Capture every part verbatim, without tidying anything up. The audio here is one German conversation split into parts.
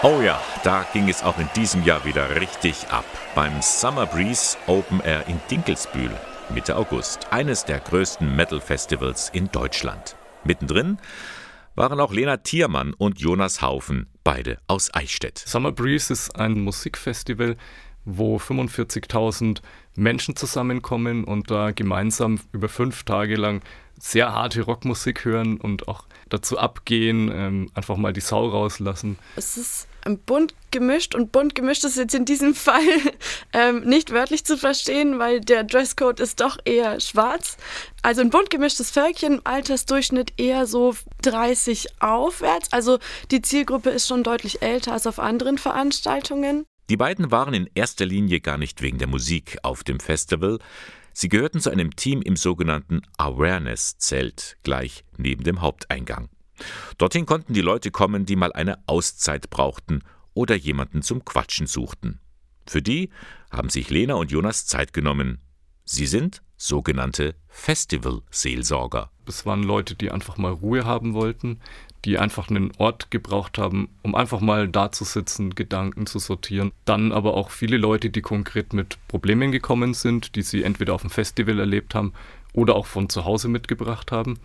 Oh ja, da ging es auch in diesem Jahr wieder richtig ab. Beim Summer Breeze Open Air in Dinkelsbühl, Mitte August. Eines der größten Metal-Festivals in Deutschland. Mittendrin waren auch Lena Thiermann und Jonas Haufen, beide aus Eichstätt. Summer Breeze ist ein Musikfestival, wo fünfundvierzigtausend Menschen zusammenkommen und da gemeinsam über fünf Tage lang sehr harte Rockmusik hören und auch dazu abgehen, ähm, einfach mal die Sau rauslassen. Es ist bunt gemischt und bunt gemischt ist jetzt in diesem Fall ähm, nicht wörtlich zu verstehen, weil der Dresscode ist doch eher schwarz. Also ein bunt gemischtes Völkchen, Altersdurchschnitt eher so dreißig aufwärts. Also die Zielgruppe ist schon deutlich älter als auf anderen Veranstaltungen. Die beiden waren in erster Linie gar nicht wegen der Musik auf dem Festival. Sie gehörten zu einem Team im sogenannten Awareness-Zelt, gleich neben dem Haupteingang. Dorthin konnten die Leute kommen, die mal eine Auszeit brauchten oder jemanden zum Quatschen suchten. Für die haben sich Lena und Jonas Zeit genommen. Sie sind sogenannte Festival-Seelsorger. Es waren Leute, die einfach mal Ruhe haben wollten, die einfach einen Ort gebraucht haben, um einfach mal da zu sitzen, Gedanken zu sortieren. Dann aber auch viele Leute, die konkret mit Problemen gekommen sind, die sie entweder auf dem Festival erlebt haben oder auch von zu Hause mitgebracht haben.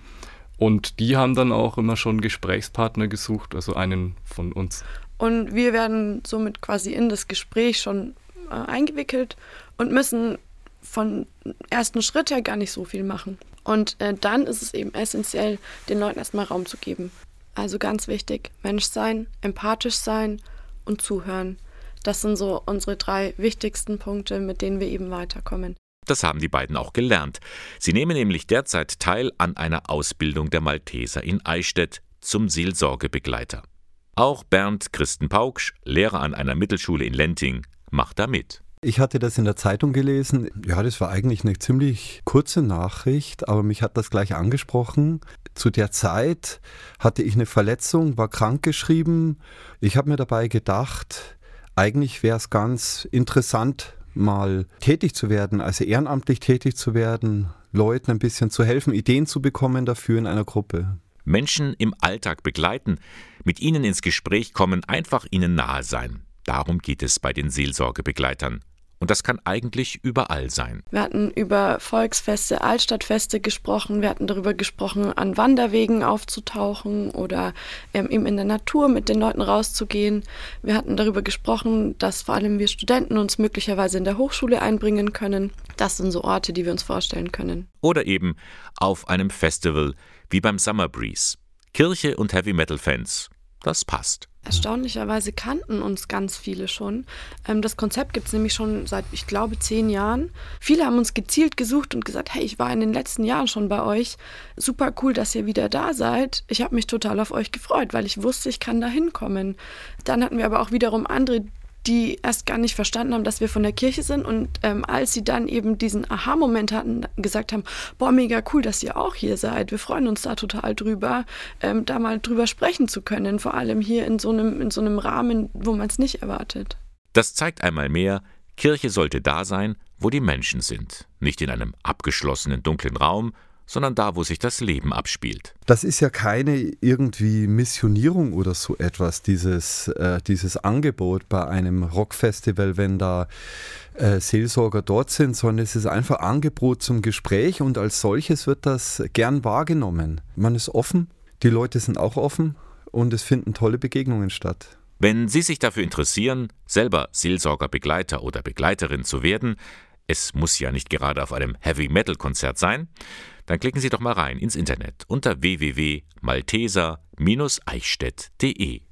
Und die haben dann auch immer schon Gesprächspartner gesucht, also einen von uns. Und wir werden somit quasi in das Gespräch schon äh, eingewickelt und müssen von ersten Schritt her gar nicht so viel machen. Und äh, dann ist es eben essentiell, den Leuten erstmal Raum zu geben. Also ganz wichtig, Mensch sein, empathisch sein und zuhören. Das sind so unsere drei wichtigsten Punkte, mit denen wir eben weiterkommen. Das haben die beiden auch gelernt. Sie nehmen nämlich derzeit teil an einer Ausbildung der Malteser in Eichstätt zum Seelsorgebegleiter. Auch Bernd Christen-Pauksch, Lehrer an einer Mittelschule in Lenting, macht da mit. Ich hatte das in der Zeitung gelesen. Ja, das war eigentlich eine ziemlich kurze Nachricht, aber mich hat das gleich angesprochen. Zu der Zeit hatte ich eine Verletzung, war krankgeschrieben. Ich habe mir dabei gedacht, eigentlich wäre es ganz interessant, mal tätig zu werden, also ehrenamtlich tätig zu werden, Leuten ein bisschen zu helfen, Ideen zu bekommen dafür in einer Gruppe. Menschen im Alltag begleiten, mit ihnen ins Gespräch kommen, einfach ihnen nahe sein. Darum geht es bei den Seelsorgebegleitern. Und das kann eigentlich überall sein. Wir hatten über Volksfeste, Altstadtfeste gesprochen. Wir hatten darüber gesprochen, an Wanderwegen aufzutauchen oder ähm, eben in der Natur mit den Leuten rauszugehen. Wir hatten darüber gesprochen, dass vor allem wir Studenten uns möglicherweise in der Hochschule einbringen können. Das sind so Orte, die wir uns vorstellen können. Oder eben auf einem Festival wie beim Summer Breeze. Kirche und Heavy-Metal-Fans, das passt. Erstaunlicherweise kannten uns ganz viele schon. Ähm, das Konzept gibt es nämlich schon seit, ich glaube, zehn Jahren. Viele haben uns gezielt gesucht und gesagt, hey, ich war in den letzten Jahren schon bei euch. Super cool, dass ihr wieder da seid. Ich habe mich total auf euch gefreut, weil ich wusste, ich kann da hinkommen. Dann hatten wir aber auch wiederum andere, die erst gar nicht verstanden haben, dass wir von der Kirche sind und ähm, als sie dann eben diesen Aha-Moment hatten, gesagt haben, boah, mega cool, dass ihr auch hier seid, wir freuen uns da total drüber, ähm, da mal drüber sprechen zu können, vor allem hier in so einem, in so einem Rahmen, wo man es nicht erwartet. Das zeigt einmal mehr, Kirche sollte da sein, wo die Menschen sind, nicht in einem abgeschlossenen, dunklen Raum, sondern da, wo sich das Leben abspielt. Das ist ja keine irgendwie Missionierung oder so etwas, dieses, äh, dieses Angebot bei einem Rockfestival, wenn da äh, Seelsorger dort sind, sondern es ist einfach Angebot zum Gespräch und als solches wird das gern wahrgenommen. Man ist offen, die Leute sind auch offen und es finden tolle Begegnungen statt. Wenn Sie sich dafür interessieren, selber Seelsorgerbegleiter oder Begleiterin zu werden, es muss ja nicht gerade auf einem Heavy-Metal-Konzert sein, dann klicken Sie doch mal rein ins Internet unter w w w punkt malteser Bindestrich eichstätt punkt de.